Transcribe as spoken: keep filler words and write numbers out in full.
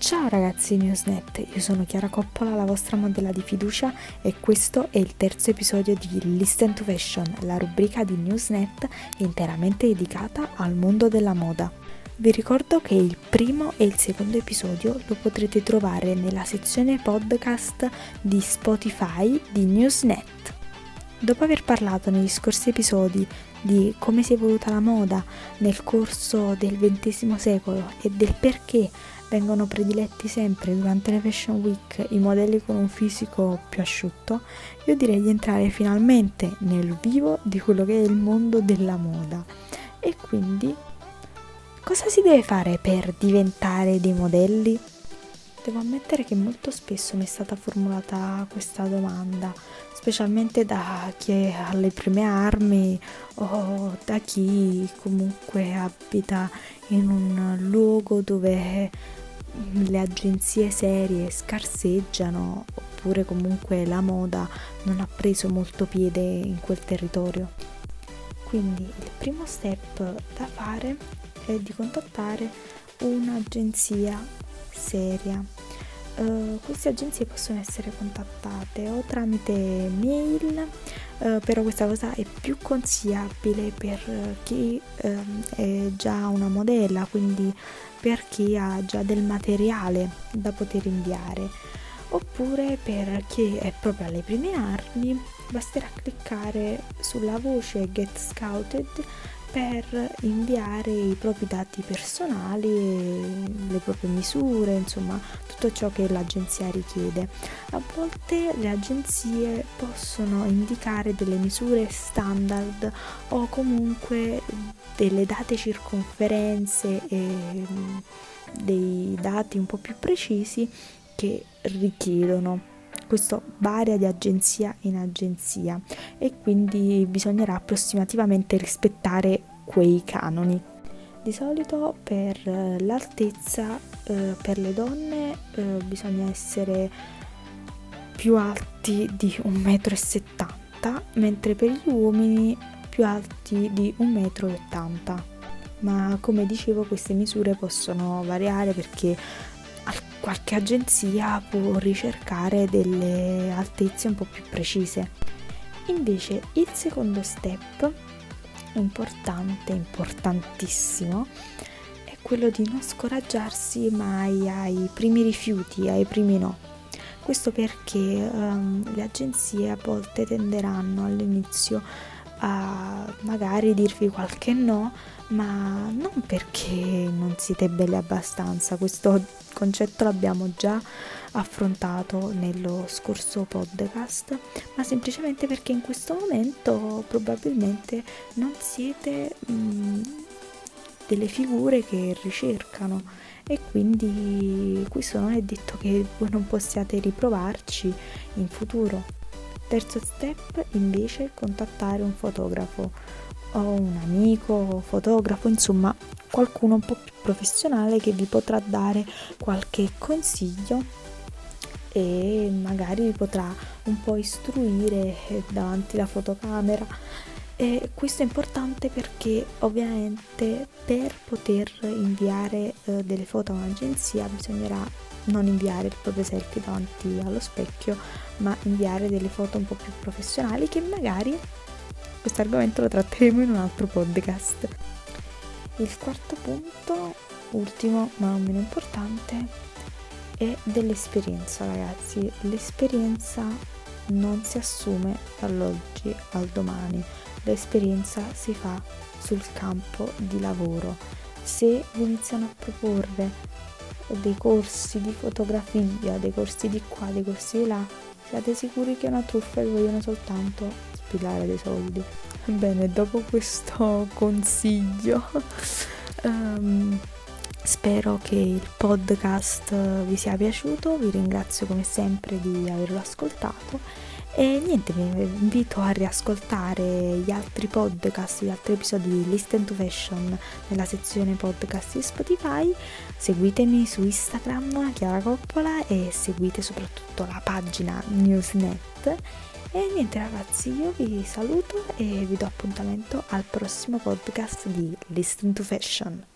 Ciao ragazzi di Newsnet, io sono Chiara Coppola, la vostra modella di fiducia e questo è il terzo episodio di Listen to Fashion, la rubrica di Newsnet interamente dedicata al mondo della moda. Vi ricordo che il primo e il secondo episodio lo potrete trovare nella sezione podcast di Spotify di Newsnet. Dopo aver parlato negli scorsi episodi di come si è evoluta la moda nel corso del ventesimo secolo e del perché vengono prediletti sempre durante le Fashion Week i modelli con un fisico più asciutto, io direi di entrare finalmente nel vivo di quello che è il mondo della moda. E quindi, cosa si deve fare per diventare dei modelli? Devo ammettere che molto spesso mi è stata formulata questa domanda, specialmente da chi è alle prime armi o da chi comunque abita in un luogo dove le agenzie serie scarseggiano oppure comunque la moda non ha preso molto piede in quel territorio. Quindi il primo step da fare è di contattare un'agenzia seria. Uh, queste agenzie possono essere contattate o tramite mail, uh, però questa cosa è più consigliabile per chi uh, è già una modella, quindi per chi ha già del materiale da poter inviare, oppure per chi è proprio alle prime armi basterà cliccare sulla voce Get Scouted per inviare i propri dati personali, le proprie misure, insomma tutto ciò che l'agenzia richiede. A volte le agenzie possono indicare delle misure standard o comunque delle date circonferenze e dei dati un po' più precisi che richiedono. Questo varia di agenzia in agenzia e quindi bisognerà approssimativamente rispettare quei canoni. Di solito per l'altezza eh, per le donne eh, bisogna essere più alti di un metro e settanta, mentre per gli uomini più alti di un metro e ottanta. Ma come dicevo, queste misure possono variare perché qualche agenzia può ricercare delle altezze un po' più precise. Invece il secondo step, importante, importantissimo, è quello di non scoraggiarsi mai ai primi rifiuti, ai primi no. Questo perché um, le agenzie a volte tenderanno all'inizio a magari dirvi qualche no, ma non perché non siete belle abbastanza. Questo concetto l'abbiamo già affrontato nello scorso podcast, ma semplicemente perché in questo momento probabilmente non siete mh, delle figure che ricercano e quindi questo non è detto che voi non possiate riprovarci in futuro. Terzo step invece, contattare un fotografo o un amico fotografo, insomma qualcuno un po' più professionale che vi potrà dare qualche consiglio e magari vi potrà un po' istruire davanti alla fotocamera. E questo è importante perché ovviamente per poter inviare eh, delle foto a un'agenzia bisognerà non inviare il proprio selfie davanti allo specchio, ma inviare delle foto un po' più professionali che magari questo argomento lo tratteremo in un altro podcast. Il quarto punto, ultimo ma non meno importante, è dell'esperienza, ragazzi. L'esperienza non si assume dall'oggi al domani, l'esperienza si fa sul campo di lavoro. Se vi iniziano a proporre dei corsi di fotografia, dei corsi di qua, dei corsi di là, siate sicuri che è una truffa e vogliono soltanto spilare dei soldi. Bene, dopo questo consiglio um, spero che il podcast vi sia piaciuto, vi ringrazio come sempre di averlo ascoltato e niente, vi invito a riascoltare gli altri podcast, gli altri episodi di Listen to Fashion nella sezione podcast di Spotify. Seguitemi su Instagram, Chiara Coppola, e seguite soprattutto la pagina Newsnet. E niente ragazzi, io vi saluto e vi do appuntamento al prossimo podcast di Listen to Fashion.